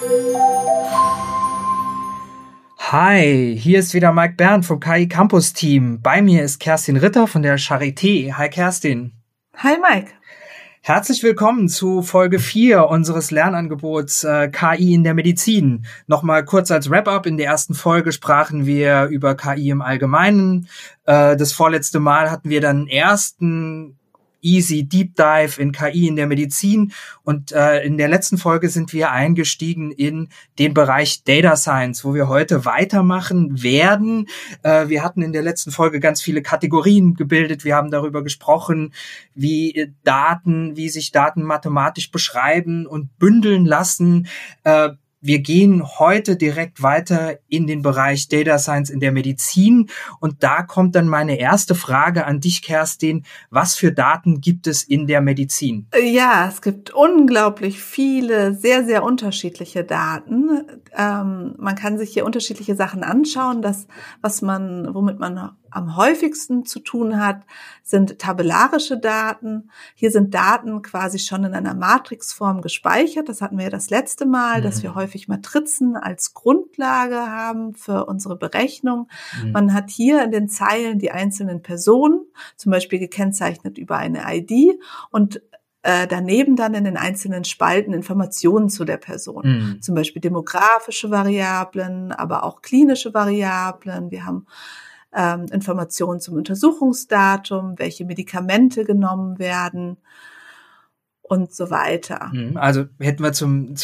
Hi, hier ist wieder Mike Berndt vom KI Campus Team. Bei mir ist Kerstin Ritter von der Charité. Hi Kerstin. Hi Mike. Herzlich willkommen zu Folge 4 unseres Lernangebots KI in der Medizin. Nochmal kurz als Wrap-up. In der ersten Folge sprachen wir über KI im Allgemeinen. Das vorletzte Mal hatten wir dann einen ersten Easy Deep Dive in KI in der Medizin und in der letzten Folge sind wir eingestiegen in den Bereich Data Science, wo wir heute weitermachen werden. Wir hatten in der letzten Folge ganz viele Kategorien gebildet. Wir haben darüber gesprochen, wie sich Daten mathematisch beschreiben und bündeln lassen. Wir gehen heute direkt weiter in den Bereich Data Science in der Medizin und da kommt dann meine erste Frage an dich, Kerstin. Was für Daten gibt es in der Medizin? Ja, es gibt unglaublich viele, sehr, sehr unterschiedliche Daten. Man kann sich hier unterschiedliche Sachen anschauen. Womit man am häufigsten zu tun hat, sind tabellarische Daten. Hier sind Daten quasi schon in einer Matrixform gespeichert. Das hatten wir ja das letzte Mal, dass wir häufig Matrizen als Grundlage haben für unsere Berechnung. Man hat hier in den Zeilen die einzelnen Personen, zum Beispiel gekennzeichnet über eine ID und daneben dann in den einzelnen Spalten Informationen zu der Person. Zum Beispiel demografische Variablen, aber auch klinische Variablen. Wir haben Informationen zum Untersuchungsdatum, welche Medikamente genommen werden und so weiter. Also hätten wir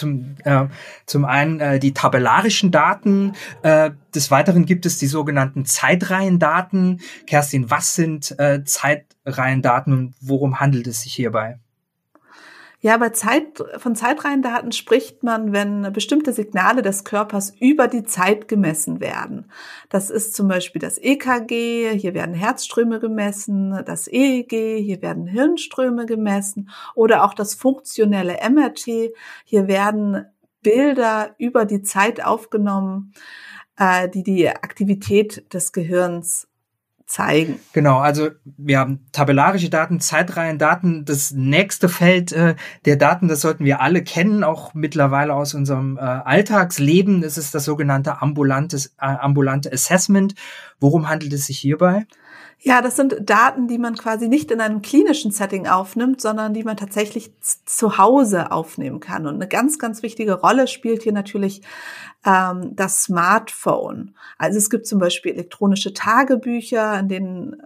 zum einen die tabellarischen Daten. Des Weiteren gibt es die sogenannten Zeitreihendaten. Kerstin, was sind Zeitreihendaten und worum handelt es sich hierbei? Ja, von Zeitreihendaten spricht man, wenn bestimmte Signale des Körpers über die Zeit gemessen werden. Das ist zum Beispiel das EKG, hier werden Herzströme gemessen, das EEG, hier werden Hirnströme gemessen oder auch das funktionelle MRT, hier werden Bilder über die Zeit aufgenommen, die die Aktivität des Gehirns zeigen. Genau, also wir haben tabellarische Daten, Zeitreihendaten. Das nächste Feld der Daten, das sollten wir alle kennen, auch mittlerweile aus unserem Alltagsleben. Das ist das sogenannte ambulante Assessment. Worum handelt es sich hierbei? Ja, das sind Daten, die man quasi nicht in einem klinischen Setting aufnimmt, sondern die man tatsächlich zu Hause aufnehmen kann. Und eine ganz, ganz wichtige Rolle spielt hier natürlich das Smartphone. Also es gibt zum Beispiel elektronische Tagebücher, in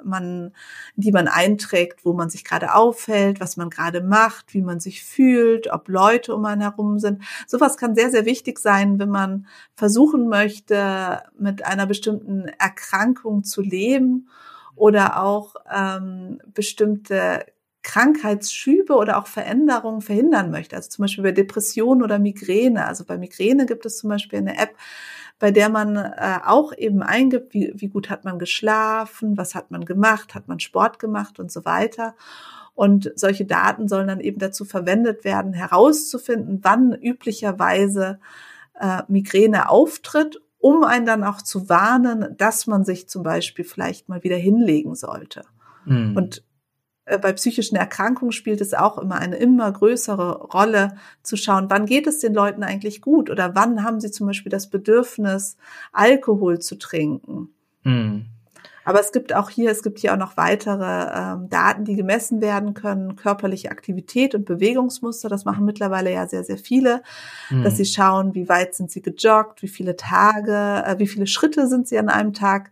die man einträgt, wo man sich gerade aufhält, was man gerade macht, wie man sich fühlt, ob Leute um einen herum sind. Sowas kann sehr, sehr wichtig sein, wenn man versuchen möchte, mit einer bestimmten Erkrankung zu leben oder auch bestimmte Krankheitsschübe oder auch Veränderungen verhindern möchte. Also zum Beispiel bei Depressionen oder Migräne. Also bei Migräne gibt es zum Beispiel eine App, bei der man auch eben eingibt, wie gut hat man geschlafen, was hat man gemacht, hat man Sport gemacht und so weiter. Und solche Daten sollen dann eben dazu verwendet werden, herauszufinden, wann üblicherweise Migräne auftritt, um einen dann auch zu warnen, dass man sich zum Beispiel vielleicht mal wieder hinlegen sollte. Und bei psychischen Erkrankungen spielt es auch immer eine immer größere Rolle, zu schauen, wann geht es den Leuten eigentlich gut oder wann haben sie zum Beispiel das Bedürfnis, Alkohol zu trinken. Aber es gibt hier auch noch weitere Daten, die gemessen werden können, körperliche Aktivität und Bewegungsmuster. Das machen mittlerweile ja sehr, sehr viele, dass sie schauen, wie weit sind sie gejoggt, wie viele Schritte sind sie an einem Tag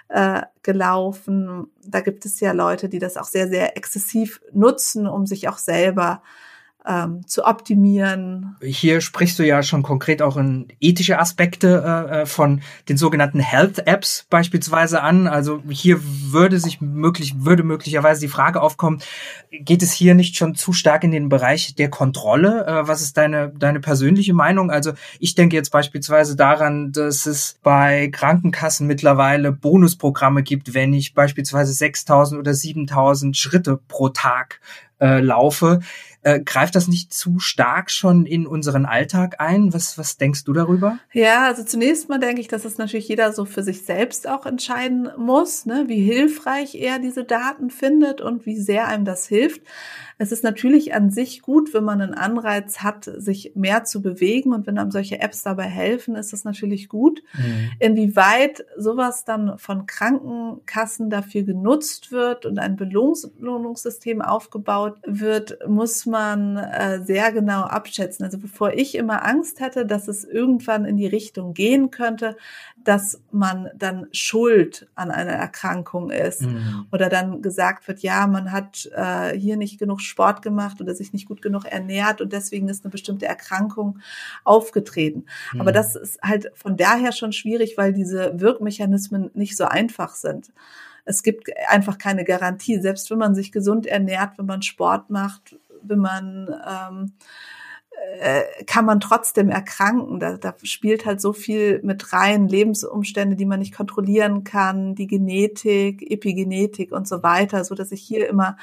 gelaufen. Da gibt es ja Leute, die das auch sehr, sehr exzessiv nutzen, um sich auch selber zu optimieren. Hier sprichst du ja schon konkret auch in ethische Aspekte von den sogenannten Health Apps beispielsweise an. Also hier würde möglicherweise die Frage aufkommen, geht es hier nicht schon zu stark in den Bereich der Kontrolle? Was ist deine persönliche Meinung? Also ich denke jetzt beispielsweise daran, dass es bei Krankenkassen mittlerweile Bonusprogramme gibt, wenn ich beispielsweise 6.000 oder 7.000 Schritte pro Tag laufe. Greift das nicht zu stark schon in unseren Alltag ein? Was denkst du darüber? Ja, also zunächst mal denke ich, dass es natürlich jeder so für sich selbst auch entscheiden muss, ne, wie hilfreich er diese Daten findet und wie sehr einem das hilft. Es ist natürlich an sich gut, wenn man einen Anreiz hat, sich mehr zu bewegen, und wenn einem solche Apps dabei helfen, ist das natürlich gut. Inwieweit sowas dann von Krankenkassen dafür genutzt wird und ein Belohnungssystem aufgebaut wird, muss man sehr genau abschätzen. Also bevor ich immer Angst hätte, dass es irgendwann in die Richtung gehen könnte, dass man dann schuld an einer Erkrankung ist oder dann gesagt wird, ja, man hat hier nicht genug Sport gemacht oder sich nicht gut genug ernährt und deswegen ist eine bestimmte Erkrankung aufgetreten. Aber das ist halt von daher schon schwierig, weil diese Wirkmechanismen nicht so einfach sind. Es gibt einfach keine Garantie, selbst wenn man sich gesund ernährt, wenn man Sport macht, wenn man kann man trotzdem erkranken. Da spielt halt so viel mit rein, Lebensumstände, die man nicht kontrollieren kann, die Genetik, Epigenetik und so weiter, so dass ich hier immer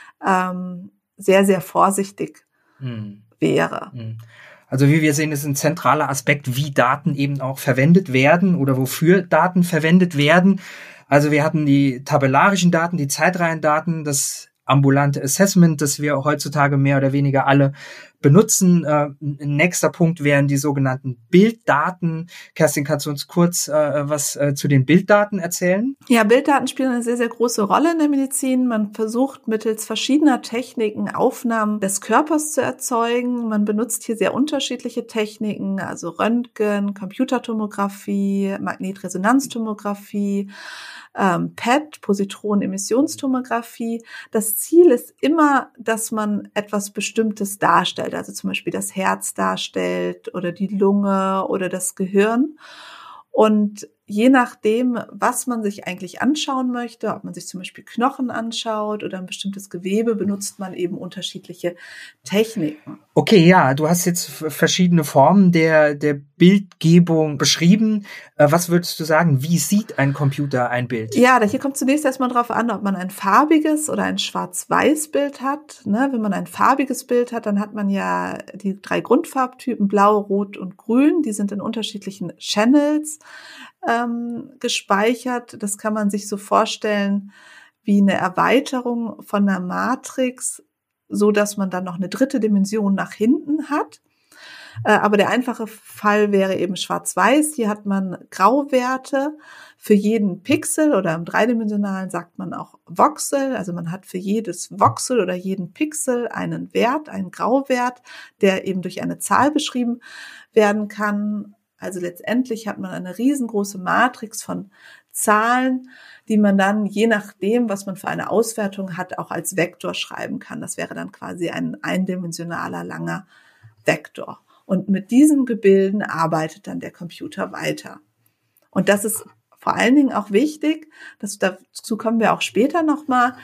sehr, sehr vorsichtig wäre. Also wie wir sehen, ist ein zentraler Aspekt, wie Daten eben auch verwendet werden oder wofür Daten verwendet werden. Also wir hatten die tabellarischen Daten, die Zeitreihendaten, das ambulante Assessment, das wir heutzutage mehr oder weniger alle benutzen. Nächster Punkt wären die sogenannten Bilddaten. Kerstin, kannst du uns kurz was zu den Bilddaten erzählen? Ja, Bilddaten spielen eine sehr, sehr große Rolle in der Medizin. Man versucht mittels verschiedener Techniken Aufnahmen des Körpers zu erzeugen. Man benutzt hier sehr unterschiedliche Techniken, also Röntgen, Computertomographie, Magnetresonanztomographie, PET, Positronenemissionstomographie. Das Ziel ist immer, dass man etwas Bestimmtes darstellt, also zum Beispiel das Herz darstellt oder die Lunge oder das Gehirn. Und je nachdem, was man sich eigentlich anschauen möchte, ob man sich zum Beispiel Knochen anschaut oder ein bestimmtes Gewebe, benutzt man eben unterschiedliche Techniken. Okay, ja, du hast jetzt verschiedene Formen der Bildgebung beschrieben. Was würdest du sagen, wie sieht ein Computer ein Bild? Ja, hier kommt zunächst erstmal drauf an, ob man ein farbiges oder ein Schwarz-Weiß-Bild hat. Ne? Wenn man ein farbiges Bild hat, dann hat man ja die 3 Grundfarbtypen, Blau, Rot und Grün. Die sind in unterschiedlichen Channels gespeichert. Das kann man sich so vorstellen wie eine Erweiterung von einer Matrix, so dass man dann noch eine 3. Dimension nach hinten hat. Aber der einfache Fall wäre eben schwarz-weiß. Hier hat man Grauwerte für jeden Pixel oder im dreidimensionalen sagt man auch Voxel. Also man hat für jedes Voxel oder jeden Pixel einen Wert, einen Grauwert, der eben durch eine Zahl beschrieben werden kann. Also letztendlich hat man eine riesengroße Matrix von Zahlen, die man dann, je nachdem, was man für eine Auswertung hat, auch als Vektor schreiben kann. Das wäre dann quasi ein eindimensionaler, langer Vektor. Und mit diesen Gebilden arbeitet dann der Computer weiter. Und das ist vor allen Dingen auch wichtig, dazu kommen wir auch später nochmal,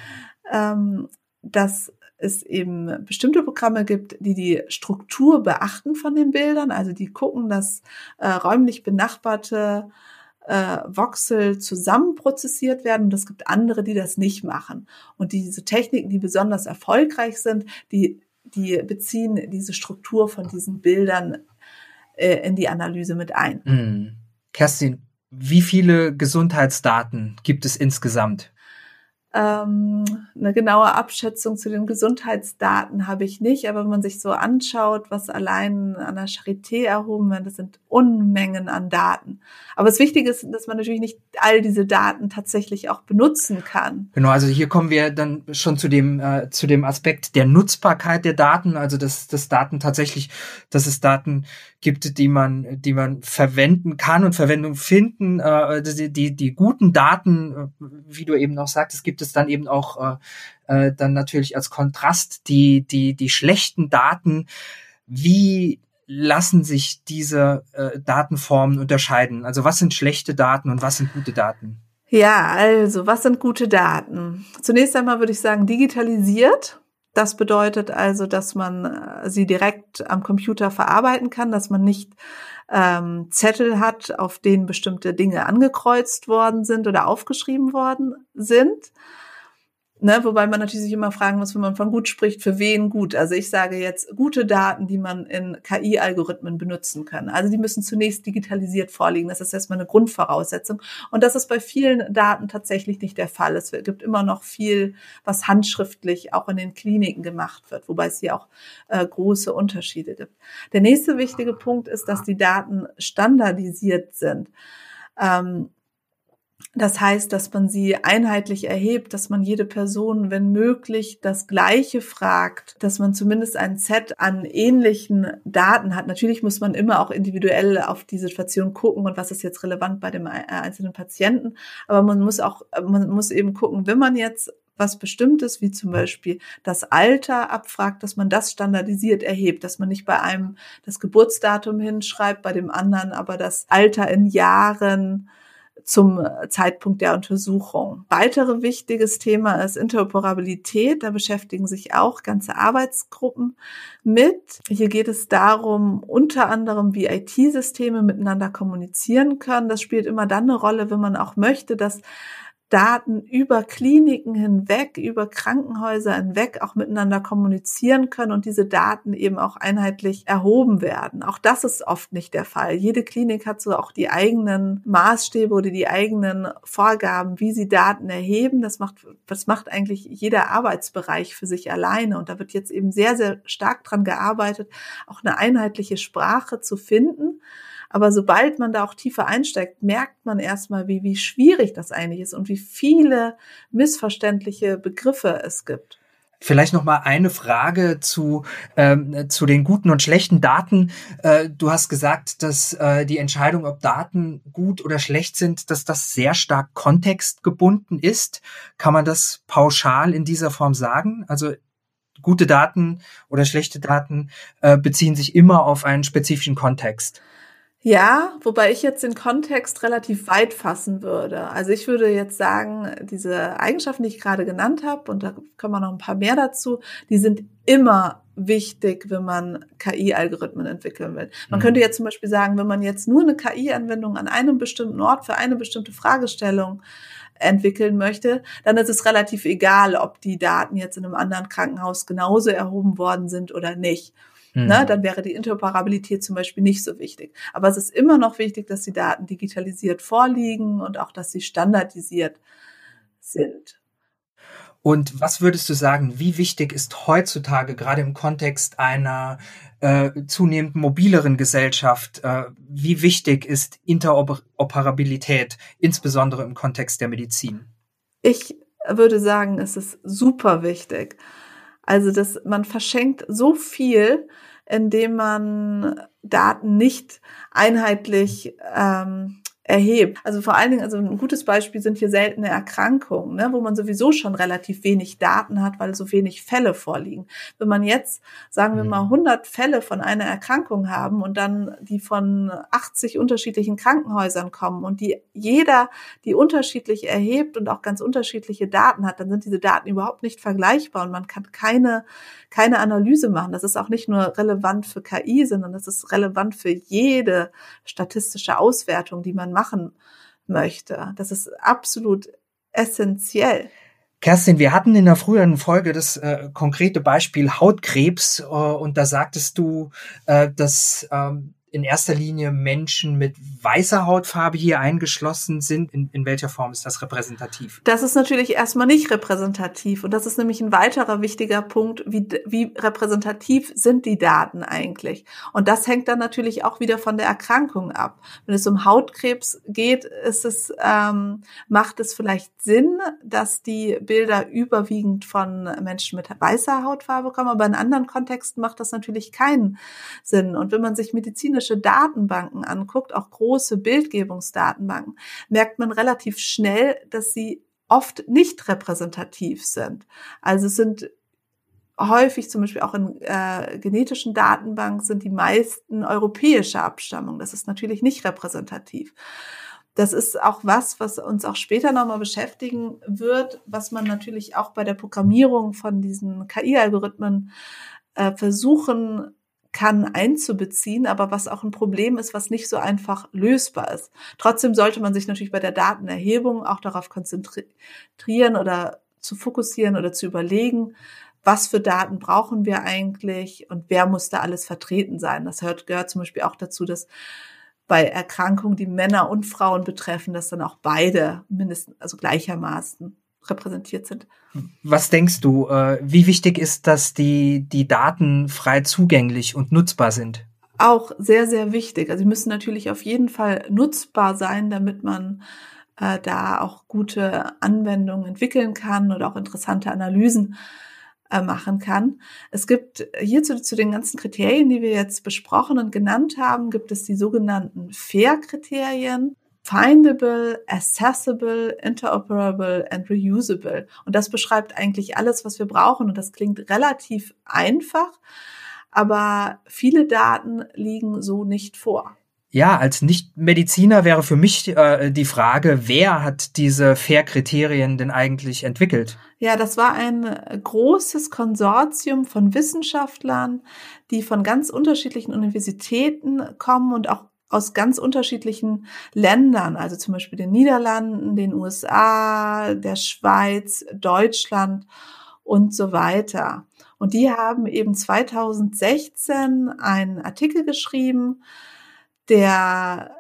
dass es eben bestimmte Programme gibt, die Struktur beachten von den Bildern, also die gucken, dass räumlich benachbarte Voxel zusammen prozessiert werden, und es gibt andere, die das nicht machen. Und diese Techniken, die besonders erfolgreich sind, die beziehen diese Struktur von diesen Bildern in die Analyse mit ein. Kerstin, wie viele Gesundheitsdaten gibt es insgesamt? Eine genaue Abschätzung zu den Gesundheitsdaten habe ich nicht, aber wenn man sich so anschaut, was allein an der Charité erhoben wird, das sind Unmengen an Daten. Aber das Wichtige ist, dass man natürlich nicht all diese Daten tatsächlich auch benutzen kann. Genau, also hier kommen wir dann schon zu dem Aspekt der Nutzbarkeit der Daten, also dass es Daten gibt, die man verwenden kann und Verwendung finden. Die guten Daten, wie du eben noch sagtest, gibt es dann eben auch dann natürlich als Kontrast die schlechten Daten. Wie lassen sich diese Datenformen unterscheiden? Also was sind schlechte Daten und was sind gute Daten? Ja, also was sind gute Daten? Zunächst einmal würde ich sagen digitalisiert. Das bedeutet also, dass man sie direkt am Computer verarbeiten kann, dass man nicht Zettel hat, auf denen bestimmte Dinge angekreuzt worden sind oder aufgeschrieben worden sind. Ne, wobei man natürlich sich immer fragen muss, wenn man von gut spricht, für wen gut. Also ich sage jetzt gute Daten, die man in KI-Algorithmen benutzen kann. Also die müssen zunächst digitalisiert vorliegen. Das ist erstmal eine Grundvoraussetzung. Und das ist bei vielen Daten tatsächlich nicht der Fall. Es gibt immer noch viel, was handschriftlich auch in den Kliniken gemacht wird, wobei es hier auch große Unterschiede gibt. Der nächste wichtige Punkt ist, dass die Daten standardisiert sind. Das heißt, dass man sie einheitlich erhebt, dass man jede Person, wenn möglich, das Gleiche fragt, dass man zumindest ein Set an ähnlichen Daten hat. Natürlich muss man immer auch individuell auf die Situation gucken und was ist jetzt relevant bei dem einzelnen Patienten. Aber man muss eben gucken, wenn man jetzt was Bestimmtes, wie zum Beispiel das Alter abfragt, dass man das standardisiert erhebt, dass man nicht bei einem das Geburtsdatum hinschreibt, bei dem anderen aber das Alter in Jahren zum Zeitpunkt der Untersuchung. Weitere wichtiges Thema ist Interoperabilität. Da beschäftigen sich auch ganze Arbeitsgruppen mit. Hier geht es darum, unter anderem, wie IT-Systeme miteinander kommunizieren können. Das spielt immer dann eine Rolle, wenn man auch möchte, dass Daten über Kliniken hinweg, über Krankenhäuser hinweg auch miteinander kommunizieren können und diese Daten eben auch einheitlich erhoben werden. Auch das ist oft nicht der Fall. Jede Klinik hat so auch die eigenen Maßstäbe oder die eigenen Vorgaben, wie sie Daten erheben. Das macht eigentlich jeder Arbeitsbereich für sich alleine. Und da wird jetzt eben sehr, sehr stark dran gearbeitet, auch eine einheitliche Sprache zu finden. Aber sobald man da auch tiefer einsteigt, merkt man erstmal, wie schwierig das eigentlich ist und wie viele missverständliche Begriffe es gibt. Vielleicht noch mal eine Frage zu den guten und schlechten Daten. Du hast gesagt, dass die Entscheidung, ob Daten gut oder schlecht sind, dass das sehr stark kontextgebunden ist. Kann man das pauschal in dieser Form sagen? Also gute Daten oder schlechte Daten beziehen sich immer auf einen spezifischen Kontext. Ja, wobei ich jetzt den Kontext relativ weit fassen würde. Also ich würde jetzt sagen, diese Eigenschaften, die ich gerade genannt habe, und da kommen noch ein paar mehr dazu, die sind immer wichtig, wenn man KI-Algorithmen entwickeln will. Man könnte jetzt zum Beispiel sagen, wenn man jetzt nur eine KI-Anwendung an einem bestimmten Ort für eine bestimmte Fragestellung entwickeln möchte, dann ist es relativ egal, ob die Daten jetzt in einem anderen Krankenhaus genauso erhoben worden sind oder nicht. Ne, dann wäre die Interoperabilität zum Beispiel nicht so wichtig. Aber es ist immer noch wichtig, dass die Daten digitalisiert vorliegen und auch, dass sie standardisiert sind. Und was würdest du sagen, wie wichtig ist heutzutage, gerade im Kontext einer zunehmend mobileren Gesellschaft, wie wichtig ist Interoperabilität, insbesondere im Kontext der Medizin? Ich würde sagen, es ist super wichtig. Also man verschenkt so viel, indem man Daten nicht einheitlich erhebt. Also vor allen Dingen, also ein gutes Beispiel sind hier seltene Erkrankungen, ne, wo man sowieso schon relativ wenig Daten hat, weil so wenig Fälle vorliegen. Wenn man jetzt, sagen wir mal, 100 Fälle von einer Erkrankung haben und dann die von 80 unterschiedlichen Krankenhäusern kommen und jeder die unterschiedlich erhebt und auch ganz unterschiedliche Daten hat, dann sind diese Daten überhaupt nicht vergleichbar und man kann keine Analyse machen. Das ist auch nicht nur relevant für KI, sondern das ist relevant für jede statistische Auswertung, die man machen möchte. Das ist absolut essentiell. Kerstin, wir hatten in der früheren Folge das konkrete Beispiel Hautkrebs und da sagtest du, dass in erster Linie Menschen mit weißer Hautfarbe hier eingeschlossen sind. In welcher Form ist das repräsentativ? Das ist natürlich erstmal nicht repräsentativ. Und das ist nämlich ein weiterer wichtiger Punkt, wie repräsentativ sind die Daten eigentlich? Und das hängt dann natürlich auch wieder von der Erkrankung ab. Wenn es um Hautkrebs geht, macht es vielleicht Sinn, dass die Bilder überwiegend von Menschen mit weißer Hautfarbe kommen. Aber in anderen Kontexten macht das natürlich keinen Sinn. Und wenn man sich medizinische Datenbanken anguckt, auch große Bildgebungsdatenbanken, merkt man relativ schnell, dass sie oft nicht repräsentativ sind. Also es sind häufig, zum Beispiel auch in genetischen Datenbanken, sind die meisten europäischer Abstammung. Das ist natürlich nicht repräsentativ. Das ist auch was uns auch später nochmal beschäftigen wird, was man natürlich auch bei der Programmierung von diesen KI-Algorithmen versuchen kann einzubeziehen, aber was auch ein Problem ist, was nicht so einfach lösbar ist. Trotzdem sollte man sich natürlich bei der Datenerhebung auch darauf konzentrieren oder zu fokussieren oder zu überlegen, was für Daten brauchen wir eigentlich und wer muss da alles vertreten sein. Das gehört zum Beispiel auch dazu, dass bei Erkrankungen, die Männer und Frauen betreffen, dass dann auch beide mindestens, also gleichermaßen repräsentiert sind. Was denkst du, wie wichtig ist, dass die Daten frei zugänglich und nutzbar sind? Auch sehr, sehr wichtig. Also sie müssen natürlich auf jeden Fall nutzbar sein, damit man da auch gute Anwendungen entwickeln kann oder auch interessante Analysen machen kann. Es gibt hierzu zu den ganzen Kriterien, die wir jetzt besprochen und genannt haben, gibt es die sogenannten FAIR-Kriterien. Findable, Accessible, Interoperable and Reusable. Und das beschreibt eigentlich alles, was wir brauchen. Und das klingt relativ einfach, aber viele Daten liegen so nicht vor. Ja, als Nicht-Mediziner wäre für mich die Frage, wer hat diese FAIR-Kriterien denn eigentlich entwickelt? Ja, das war ein großes Konsortium von Wissenschaftlern, die von ganz unterschiedlichen Universitäten kommen und auch aus ganz unterschiedlichen Ländern, also zum Beispiel den Niederlanden, den USA, der Schweiz, Deutschland und so weiter. Und die haben eben 2016 einen Artikel geschrieben, der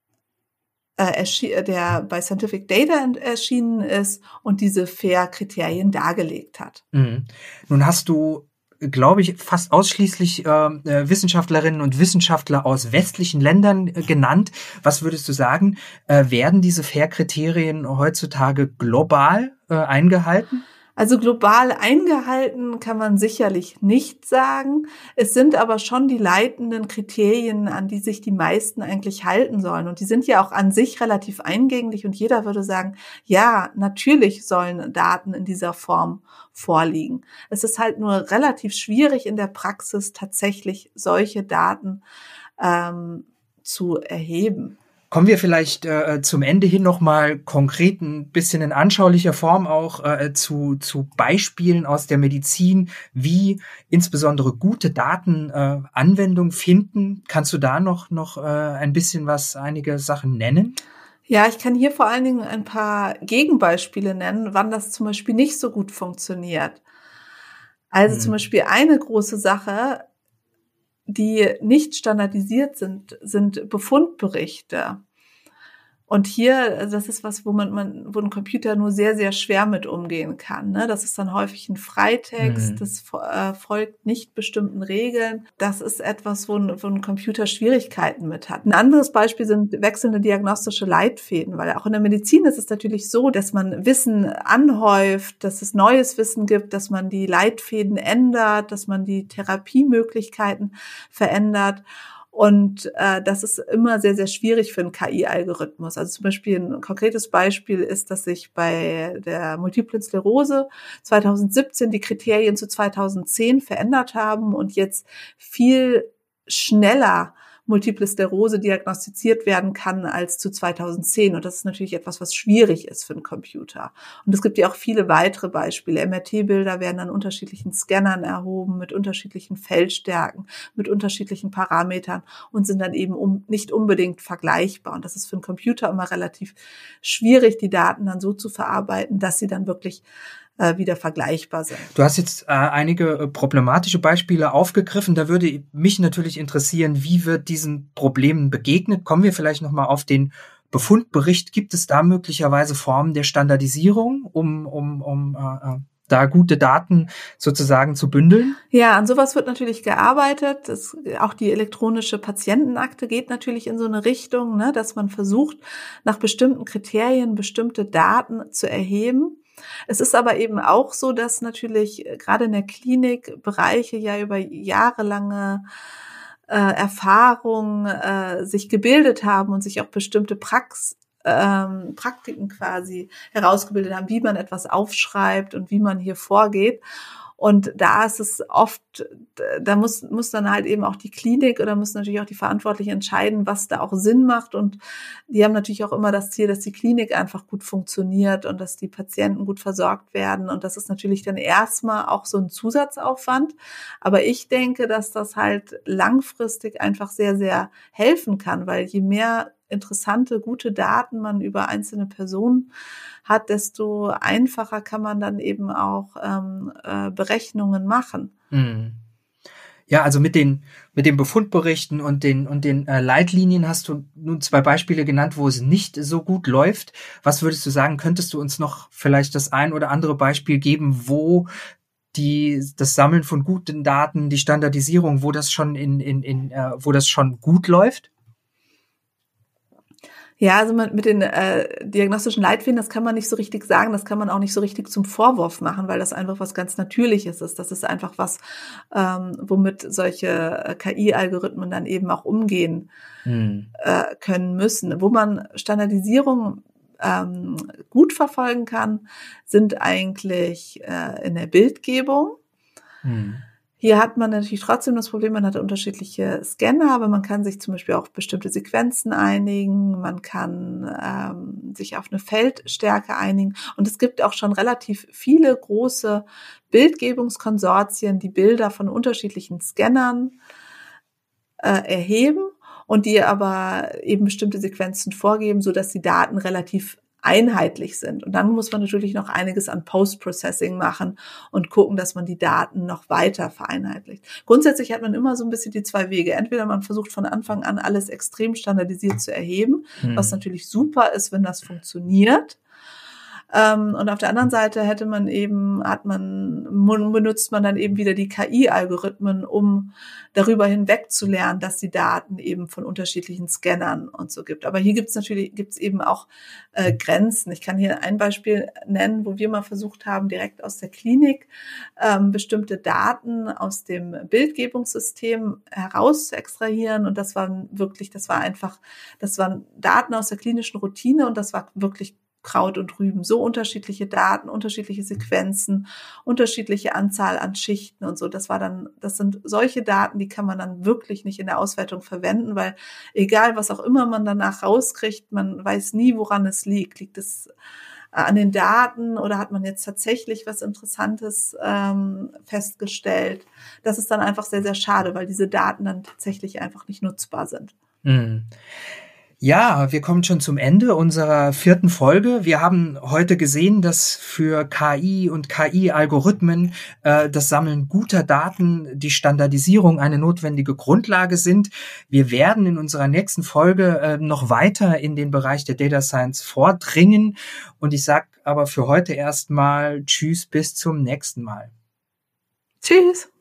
bei Scientific Data erschienen ist und diese FAIR-Kriterien dargelegt hat. Mhm. Nun hast du, glaube ich, fast ausschließlich Wissenschaftlerinnen und Wissenschaftler aus westlichen Ländern genannt. Was würdest du sagen, werden diese FAIR-Kriterien heutzutage global eingehalten? Also global eingehalten kann man sicherlich nicht sagen. Es sind aber schon die leitenden Kriterien, an die sich die meisten eigentlich halten sollen. Und die sind ja auch an sich relativ eingänglich und jeder würde sagen, ja, natürlich sollen Daten in dieser Form vorliegen. Es ist halt nur relativ schwierig in der Praxis tatsächlich solche Daten zu erheben. Kommen wir vielleicht zum Ende hin nochmal konkret ein bisschen in anschaulicher Form auch zu Beispielen aus der Medizin, wie insbesondere gute Daten Anwendung finden. Kannst du da noch ein bisschen einige Sachen nennen? Ja, ich kann hier vor allen Dingen ein paar Gegenbeispiele nennen, wann das zum Beispiel nicht so gut funktioniert. Also zum Beispiel eine große Sache, die nicht standardisiert sind Befundberichte. Und hier, das ist was, wo ein Computer nur sehr, sehr schwer mit umgehen kann. Ne? Das ist dann häufig ein Freitext, das folgt nicht bestimmten Regeln. Das ist etwas, wo ein Computer Schwierigkeiten mit hat. Ein anderes Beispiel sind wechselnde diagnostische Leitfäden, weil auch in der Medizin ist es natürlich so, dass man Wissen anhäuft, dass es neues Wissen gibt, dass man die Leitfäden ändert, dass man die Therapiemöglichkeiten verändert. Und das ist immer sehr, sehr schwierig für einen KI-Algorithmus. Also zum Beispiel ein konkretes Beispiel ist, dass sich bei der Multiplen Sklerose 2017 die Kriterien zu 2010 verändert haben und jetzt viel schneller Multiple Sklerose diagnostiziert werden kann als zu 2010. Und das ist natürlich etwas, was schwierig ist für einen Computer. Und es gibt ja auch viele weitere Beispiele. MRT-Bilder werden an unterschiedlichen Scannern erhoben, mit unterschiedlichen Feldstärken, mit unterschiedlichen Parametern und sind dann eben nicht unbedingt vergleichbar. Und das ist für einen Computer immer relativ schwierig, die Daten dann so zu verarbeiten, dass sie dann wirklich wieder vergleichbar sind. Du hast jetzt einige problematische Beispiele aufgegriffen. Da würde mich natürlich interessieren, wie wird diesen Problemen begegnet? Kommen wir vielleicht nochmal auf den Befundbericht. Gibt es da möglicherweise Formen der Standardisierung, um da gute Daten sozusagen zu bündeln? Ja, an sowas wird natürlich gearbeitet. Auch die elektronische Patientenakte geht natürlich in so eine Richtung, ne, dass man versucht, nach bestimmten Kriterien bestimmte Daten zu erheben. Es ist aber eben auch so, dass natürlich gerade in der Klinik Bereiche ja über jahrelange Erfahrung sich gebildet haben und sich auch bestimmte Praktiken quasi herausgebildet haben, wie man etwas aufschreibt und wie man hier vorgeht. Und da ist es oft, da muss dann halt eben auch die Klinik oder müssen natürlich auch die Verantwortlichen entscheiden, was da auch Sinn macht. Und die haben natürlich auch immer das Ziel, dass die Klinik einfach gut funktioniert und dass die Patienten gut versorgt werden. Und das ist natürlich dann erstmal auch so ein Zusatzaufwand. Aber ich denke, dass das halt langfristig einfach sehr, sehr helfen kann, weil je mehr interessante, gute Daten man über einzelne Personen hat, desto einfacher kann man dann eben auch Berechnungen machen. Mhm. Ja, also mit den Befundberichten und den Leitlinien hast du nun 2 Beispiele genannt, wo es nicht so gut läuft. Was würdest du sagen, könntest du uns noch vielleicht das ein oder andere Beispiel geben, wo das Sammeln von guten Daten, die Standardisierung, wo das schon wo das schon gut läuft? Ja, also mit den diagnostischen Leitfäden, das kann man nicht so richtig sagen, das kann man auch nicht so richtig zum Vorwurf machen, weil das einfach was ganz Natürliches ist. Das ist einfach was, womit solche KI-Algorithmen dann eben auch umgehen können müssen. Wo man Standardisierung gut verfolgen kann, sind eigentlich in der Bildgebung. Hier hat man natürlich trotzdem das Problem, man hat unterschiedliche Scanner, aber man kann sich zum Beispiel auf bestimmte Sequenzen einigen, man kann sich auf eine Feldstärke einigen und es gibt auch schon relativ viele große Bildgebungskonsortien, die Bilder von unterschiedlichen Scannern erheben und die aber eben bestimmte Sequenzen vorgeben, sodass die Daten relativ einheitlich sind. Und dann muss man natürlich noch einiges an Post-Processing machen und gucken, dass man die Daten noch weiter vereinheitlicht. Grundsätzlich hat man immer so ein bisschen die 2 Wege. Entweder man versucht von Anfang an alles extrem standardisiert zu erheben, was natürlich super ist, wenn das funktioniert. Und auf der anderen Seite benutzt man dann eben wieder die KI-Algorithmen, um darüber hinweg zu lernen, dass die Daten eben von unterschiedlichen Scannern und so gibt. Aber hier gibt's eben auch Grenzen. Ich kann hier ein Beispiel nennen, wo wir mal versucht haben, direkt aus der Klinik bestimmte Daten aus dem Bildgebungssystem heraus zu extrahieren. Und das waren Daten aus der klinischen Routine und das war wirklich Kraut und Rüben, so unterschiedliche Daten, unterschiedliche Sequenzen, unterschiedliche Anzahl an Schichten und so. Das sind solche Daten, die kann man dann wirklich nicht in der Auswertung verwenden, weil egal, was auch immer man danach rauskriegt, man weiß nie, woran es liegt. Liegt es an den Daten oder hat man jetzt tatsächlich was Interessantes festgestellt? Das ist dann einfach sehr, sehr schade, weil diese Daten dann tatsächlich einfach nicht nutzbar sind. Ja, wir kommen schon zum Ende unserer 4. Folge. Wir haben heute gesehen, dass für KI und KI-Algorithmen das Sammeln guter Daten, die Standardisierung eine notwendige Grundlage sind. Wir werden in unserer nächsten Folge noch weiter in den Bereich der Data Science vordringen. Und ich sage aber für heute erstmal Tschüss, bis zum nächsten Mal. Tschüss.